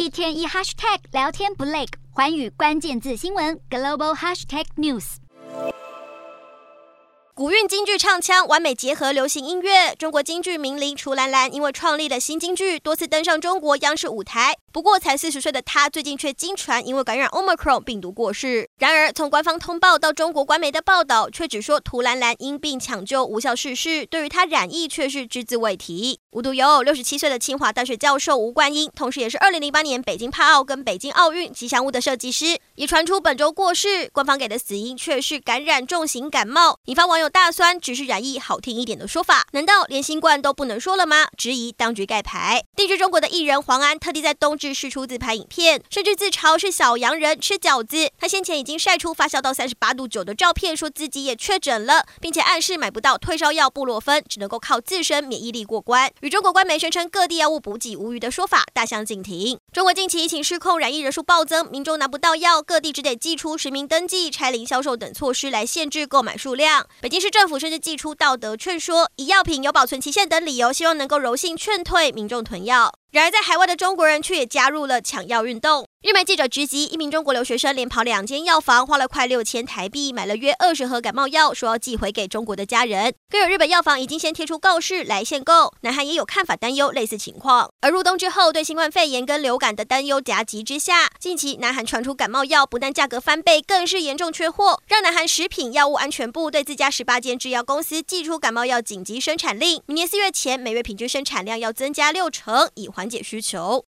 一天一 hashtag 聊天不累，寰宇关键字新闻 global hashtag news。 古韵京剧唱腔完美结合流行音乐，中国京剧名伶楚兰兰因为创立了新京剧，多次登上中国央视舞台。不过才40岁的她，最近却经传因为感染 Omicron 病毒过世。然而，从官方通报到中国官媒的报道，却只说涂兰兰因病抢救无效逝世，对于她染疫却是只字未提。无独有偶，67岁的清华大学教授吴冠英，同时也是2008年北京帕奥跟北京奥运吉祥物的设计师，也传出本周过世。官方给的死因却是感染重型感冒，引发网友大酸，只是染疫好听一点的说法，难道连新冠都不能说了吗？质疑当局盖牌。定居中国的艺人黄安特地在冬至释出自拍影片，甚至自嘲是小洋人吃饺子。他先前已经晒出发烧到38度9的照片，说自己也确诊了，并且暗示买不到退烧药布洛芬，只能够靠自身免疫力过关。与中国官媒宣称各地药物补给无虞的说法大相径庭。中国近期疫情失控，染疫人数暴增，民众拿不到药，各地只得祭出实名登记、拆零销售等措施来限制购买数量。北京市政府甚至祭出道德劝说，以药品有保存期限等理由，希望能够柔性劝退民众囤药。然而，在海外的中国人却也加入了抢药运动。日媒记者直击一名中国留学生，连跑2间药房，花了快6000台币，买了约20盒感冒药，说要寄回给中国的家人。更有日本药房已经先贴出告示来限购。南韩也有看法担忧类似情况。而入冬之后，对新冠肺炎跟流感的担忧夹击之下，近期南韩传出感冒药不但价格翻倍，更是严重缺货，让南韩食品药物安全部对自家18间制药公司寄出感冒药紧急生产令，明年4月前每月平均生产量要增加60%，以缓解需求。